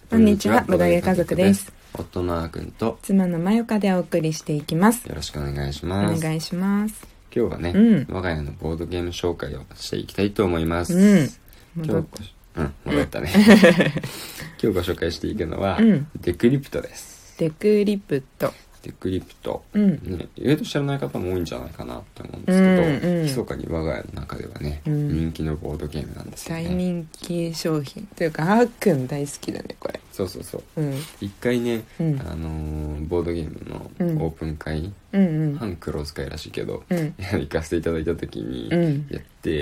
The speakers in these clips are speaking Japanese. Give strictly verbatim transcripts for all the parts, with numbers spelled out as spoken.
こんにちは、ボドゲ家族です。 夫のあーくんと妻のまよかでお送りしていきます。 よろしくお願いします。 お願いします。 今日はね、うん、我が家のボードゲーム紹介をしていきたいと思います。 うん、 今日うん戻ったね。今日ご紹介していくのは、うん、デクリプトです。 デクリプト。 デクリプト、 うんね、意外と知らない方も多いんじゃないかなって思うんですけど、うんうん、密かに我が家の中ではね、うん、人気のボードゲームなんですよね。 大人気商品というか、あーくん大好きだねこれ。 そうそうそう、 うん、 一回ね、 うん、 あのー、ボードゲームのオープン会、 うんうん、 半黒使いらしいけど、 うん、 行かせていただいた時にやって、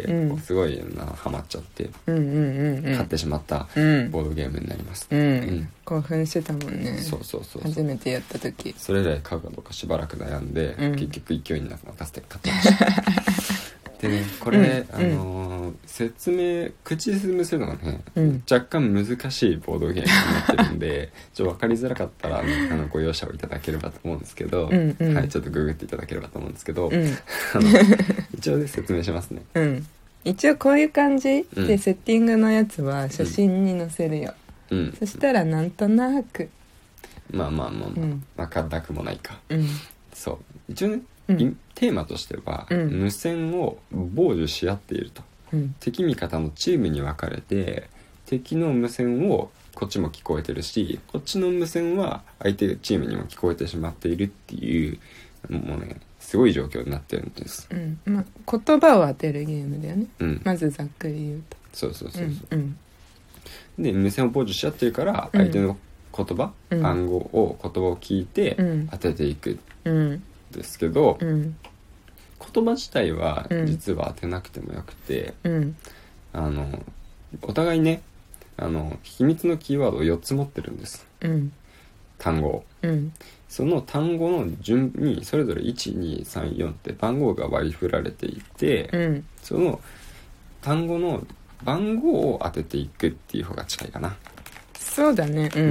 うん、すごいなハマっちゃって、 うんうんうんうん、 買ってしまったボードゲームになります、 うんうん、興奮してたもんね。 そうそうそうそう、 初めてやった時それ以来買うかどうかしばらく悩んで、うん、結局勢いになって買って買ってましたでね、これ、うん、あのー、説明口で説明するのがね、うん、若干難しいボードゲームになってるんでちょっと分かりづらかったら、ね、あのご容赦をいただければと思うんですけど、 うんうん、 はい、ちょっとググっていただければと思うんですけど、 うん、 あの一応で説明しますね、 うん、一応こういう感じで、うん、セッティングのやつは写真に載せるよ、うん、そしたらなんとなくまあまあまあまあ、うん、分かんなくもないか、 うん、 そう一応ね、 うん、 テーマとしては、 うん、 無線を傍受し合っていると、 うん、 敵味方のチームに分かれて敵の無線をこっちも聞こえてるし、こっちの無線は相手チームにも聞こえてしまっているっていうもうねすごい状況になってるんです、 うんまあ、言葉を当てるゲームだよね、 うん、 まずざっくり言うとそうそうそうそう、 うんうん、 で無線を傍受し合ってるから相手の言葉、うん、暗号を言葉を聞いて当てていく、 うんですけど、 うん、 言葉自体は実は当てなくてもよくて、 うん、 あのお互いねあの秘密のキーワードをよっつ持ってるんです、 うん、 単語、 うん、 その単語の順にそれぞれいちにさんよんって番号が割り振られていて、 うん、 その単語の番号を当てていくっていう方が近いかな。 そうだね、うんうんうん、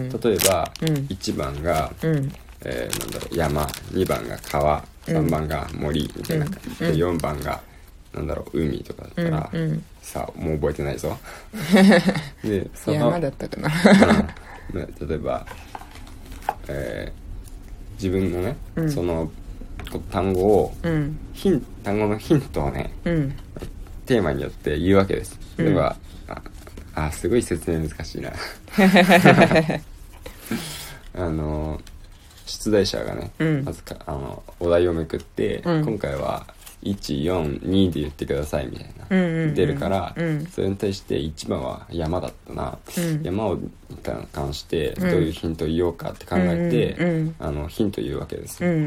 例えば、うん、いちばんが、うんえー、なんだろう山、にばんが川、さんばんが森みたいな感じで、うん、よんばんがなんだろう海とかだったら、 うんうん、 さあもう覚えてないぞでその山だったかな、 うん、例えば、えー、自分のね、うん、その単語を、うん、ヒン単語のヒントをね、 うん、 テーマによって言うわけです。例えば、うん、ああすごい説明難しいなあの出題者がね、うん、まずかあのお題をめくって、うん、今回はいち、よん、にで言ってくださいみたいな、うんうんうん、出るから、うん、それに対していちばんは山だったな、うん、山をに関してどういうヒントを言おうかって考えて、うんうん、あのヒントを言うわけです、 うんうん、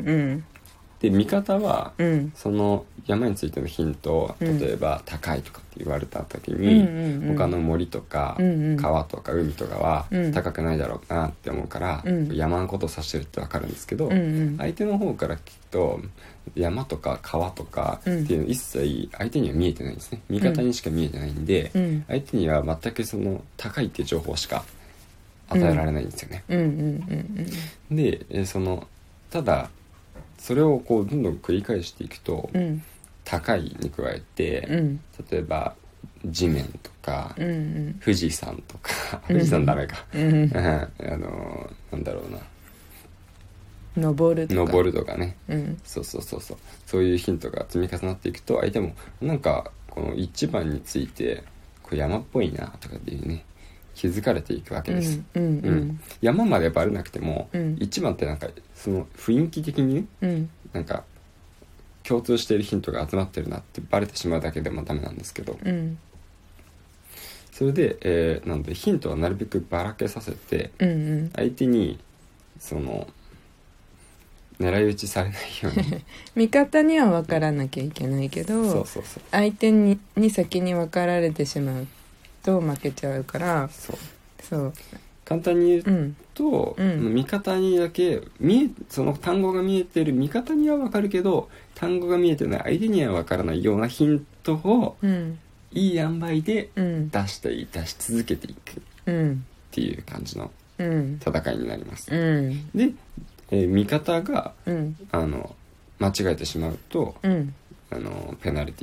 で味方は、 うん、 その山についてのヒントを例えば、うん、高いとかって言われた時に、うんうんうん、他の森とか、うんうん、川とか海とかは、うん、高くないだろうなって思うから、うん、山のことを指してるって分かるんですけど、 うんうん、 相手の方から聞くと山とか川とかっていうの一切相手には見えてないんですね。味方にしか見えてないんで、うん、相手には全くその高いっていう情報しか与えられないんですよね、 うんうんうんうん、でそのただそれをこうどんどん繰り返していくと、うん、高いに加えて、うん、例えば地面とか、 うんうん、 富士山とか富士山ダメか、 うんうん、 あのなんだろうな登るとか登るとかね、 うん、 そうそうそうそうそういうヒントが積み重なっていくと相手もなんかこのいちばんについてこれ山っぽいなとかっていうね気づかれていくわけです、 うんうんうんうん、 山までバレなくても、 うん、 いちばんってなんかその雰囲気的にね、 うん、 なんか共通しているヒントが集まってるなってバレてしまうだけでもダメなんですけど、 うん、 それで、えー、なのでヒントはなるべくばらけさせて、 うんうん、 相手にその狙い撃ちされないように味方には分からなきゃいけないけど、 そうそうそう相手 に, に先に分かられてしまうと負けちゃうから、 そうそう簡単に言うと、うん、味方にだけ見えその単語が見えてる味方には分かるけど単語が見えてない相手には分からないようなヒントを、うん、いい塩梅で出して、うん、出し続けていくっていう感じの戦いになります、 うん、 で、えー、味方が、 うん、 あの間違えてしまうと、 うん、 あのペナルティーがあっ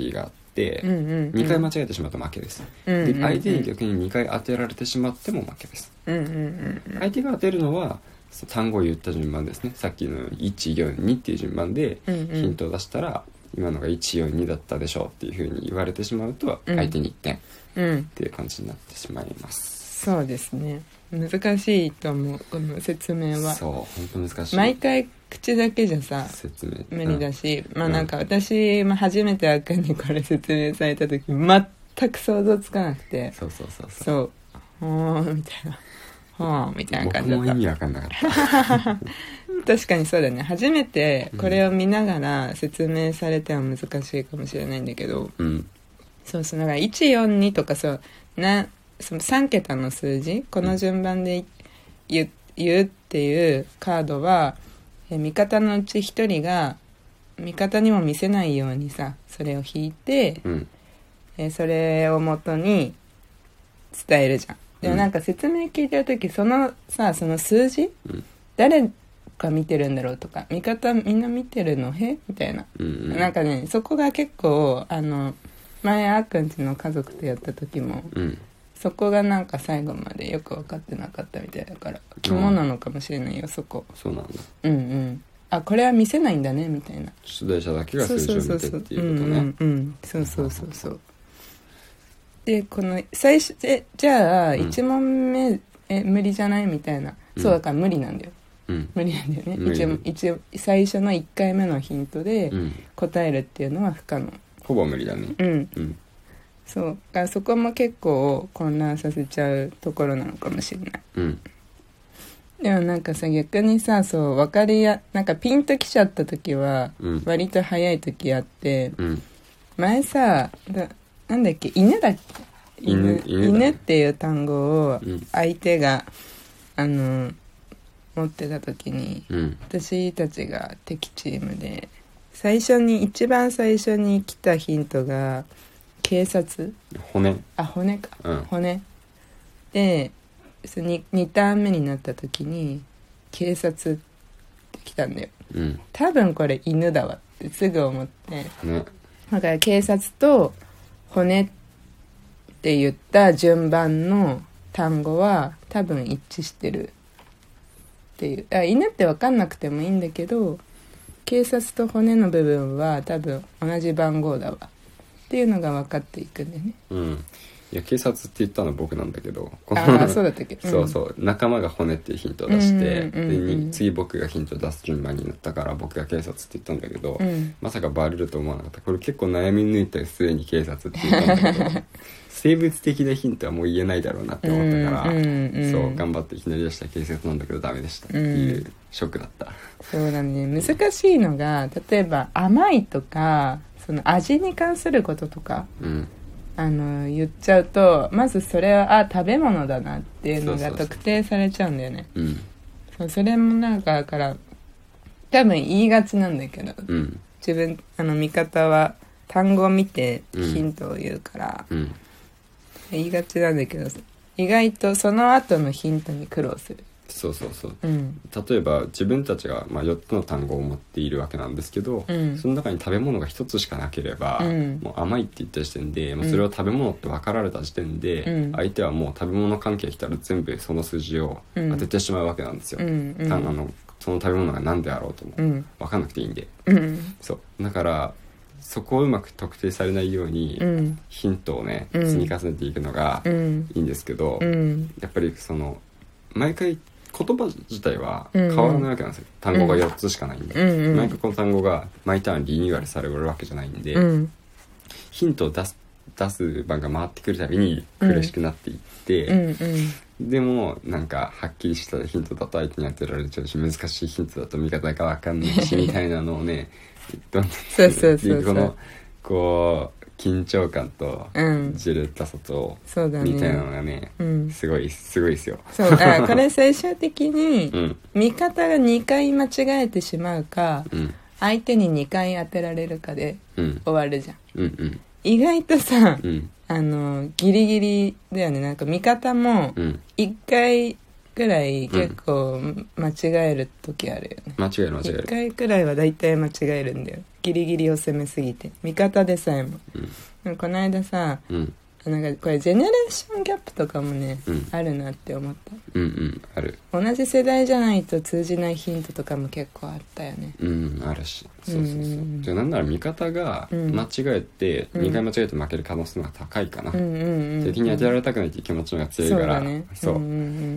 て、うんうんうん、にかい間違えてしまうと負けです、うんうんうん、で相手に逆ににかい当てられてしまっても負けです、うんうんうん、相手が当てるのは単語を言った順番ですね。さっきのいちよんにっていう順番でヒントを出したら、うんうん、今のがいちよんにだったでしょうっていう風に言われてしまうと相手にいってんっていう感じになってしまいます、 うんうん、そうですね。難しいと思う、この説明は。 そう本当難しい。 毎回口だけじゃさ説明無理だし、うん、まあなんか私、まあ、初めてあかんにこれ説明された時全く想像つかなくて、 そうそうそうそうそうほーみたいなはあみたいな感じだった。 僕も意味わかんなかった確かにそうだね。初めてこれを見ながら説明されては難しいかもしれないんだけど、うん、そうそうだからいちよんにとかそうなそのさん桁の数字この順番で言う、言うっていうカードはえ味方のうちひとりが味方にも見せないようにさそれを引いて、うん、えそれを元に伝えるじゃん。でもなんか説明聞いてるときそのさその数字、うん、誰が見てるんだろうとか味方みんな見てるのへみたいな、うんうん、なんかねそこが結構あの前あーくんちの家族とやった時も、うん、そこがなんか最後までよく分かってなかったみたいだから肝なのかもしれないよそこ。 そうなんだ。 うんうん。あこれは見せないんだねみたいな。 出題者だけが数字を見てっていうことね。うんうん、 そうそうそうそう。でこの最初えじゃあいち問目、うん、え無理じゃないみたいな、うん、そうだから無理なんだよ、うん、無理なんだよね。一一最初のいっかいめのヒントで答えるっていうのは不可能、 ほぼ無理だね。うん、うん、 そうだそこも結構混乱させちゃうところなのかもしれない、うん、でもなんかさ逆にさそう分かりやなんかピンときちゃった時は割と早い時あって、うん、前さだなんだっけ犬だっけ 犬, 犬, 犬っていう単語を相手が、うん、あの持ってた時に、うん、私たちが敵チームで最初に一番最初に来たヒントが警察骨あ骨か、うん、骨で 2, にターン目になった時に警察って来たんだよ、うん、多分これ犬だわってすぐ思って、ね、だから警察と骨って言った順番の単語は多分一致してるっていう。あ犬って分かんなくてもいいんだけど警察と骨の部分は多分同じ番号だわっていうのが分かっていくんだよね。 うんいや警察って言ったのは僕なんだけどあそうだったっけ、 うん、そうそう仲間が骨っていうヒントを出して、うんうんうんうん、で次僕がヒントを出す順番になったから僕が警察って言ったんだけど、うん、まさかバレると思わなかった。これ結構悩み抜いてすでに警察って言ったんだけど生物的なヒントはもう言えないだろうなって思ったから、うんうんうん、そう頑張っていきなり出した警察なんだけどダメでしたっていうショックだった、うん、 そうだね。難しいのが例えば甘いとかその味に関することとか、うんあの言っちゃうとまずそれはあ食べ物だなっていうのが特定されちゃうんだよね。そうそうそう、うん、そうそれもなんかだから多分言いがちなんだけど、うん、自分あの見方は単語を見てヒントを言うから、うんうん、言いがちなんだけど意外とその後のヒントに苦労する。 そうそうそう、うん、例えば自分たちがまあよっつの単語を持っているわけなんですけど、うん、その中に食べ物がひとつしかなければ、うん、もう甘いって言った時点で、もうそれを食べ物って分かられた時点で、うん、相手はもう食べ物関係来たら全部その数字を当ててしまうわけなんですよ、うんうん、あのその食べ物が何であろうとも分かんなくていいんで、うん、そうだからそこをうまく特定されないように、うん、ヒントをね積み重ねていくのがいいんですけど、うん、やっぱりその毎回言葉自体は変わらないわけなんですよ、うんうん、単語がよっつしかないんで、うんうん、毎回この単語が毎ターンリニューアルされるわけじゃないんで、うん、ヒントを出す出す番が回ってくるたびに苦しくなっていって、うんうん、でもなんかはっきりしたヒントだと相手に当てられちゃうし難しいヒントだと味方が分かんないしみたいなのをねどんどんそうそうそうそうこのこう緊張感とじれったさと、うん、みたいなのがね、うん、すごいすごいですよ。 そうあこれ最終的に味方がにかい間違えてしまうか、うん、相手ににかい当てられるかで終わるじゃん、うんうんうん、意外とさ、うん、あのギリギリだよね。なんか味方もいっかいくらい結構間違える時あるよね、 間違える間違えるいっかいくらいはだいたい間違えるんだよ。ギリギリを攻めすぎて味方でさえも、うん、 この間さ、 うん、 なんかこれジェネレーションギャップとかもね、 うん、 あるなって思った。 うんうんある。 同じ世代じゃないと通じないヒントとかも結構あったよね。 うんあるし、そうそうそう。うん、じゃあなんなら味方が間違えて、うん、にかい間違えて負ける可能性が高いかな。うんうんうん、敵に当てられたくないっていう気持ちの方が強いから。そうだね。そう。うんうんうん、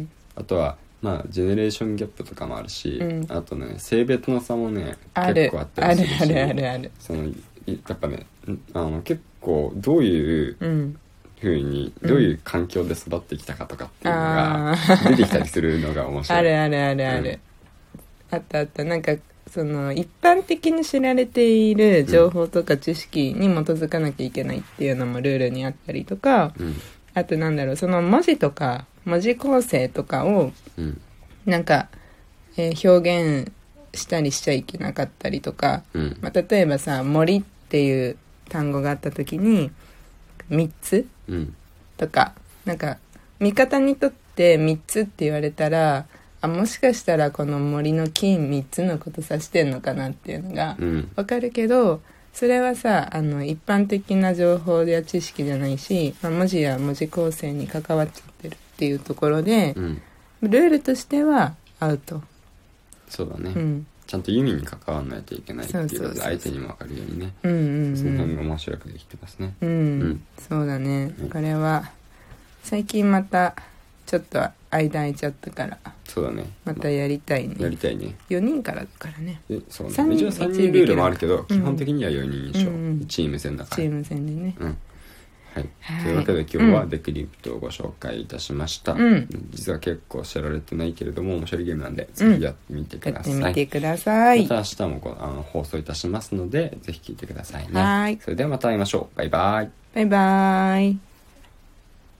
あとはまあジェネレーションギャップとかもあるし、うん、あとね性別の差もね結構あったりするし、 あるあるあるある。 そのやっぱねあの結構どういう風に、うん、どういう環境で育ってきたかとかっていうのが出てきたりするのが面白い。 あるあるあるある、うん、あったあった。なんかその一般的に知られている情報とか知識に基づかなきゃいけないっていうのもルールにあったりとか、うん、あとなんだろうその文字とか文字構成とかをなんか、えー、表現したりしちゃいけなかったりとか、うんまあ、例えばさ森っていう単語があった時にみっつ、うん、とかなんか味方にとってみっつって言われたらあもしかしたらこの森の木みっつのこと指してんのかなっていうのがわかるけど、それはさあの一般的な情報や知識じゃないし、まあ、文字や文字構成に関わっちゃってるっていうところで、うん、ルールとしてはアウト。 そうだね、うん、ちゃんと意味に関わらないといけないっていうことで相手にも分かるようにね、うんうんうん、その辺が面白くできてますね、 うんうん、そうだね、うん、これは最近またちょっと間空いちゃったからそうだねまたやりたいね、 やりたいね。 よにんからだからね。 えそうね、一応さんにんルールもあるけど、うん、基本的にはよにん以上、うんうん、チーム戦だからチーム戦でね、うんはい、はい、というわけで今日はデクリプトをご紹介いたしました、うん、実は結構知られてないけれども面白いゲームなんでぜひやってみてください、うん、やってみてください。また明日もこあの放送いたしますのでぜひ聞いてくださいね。はい、それではまた会いましょう。バイバイ。 バイバイ。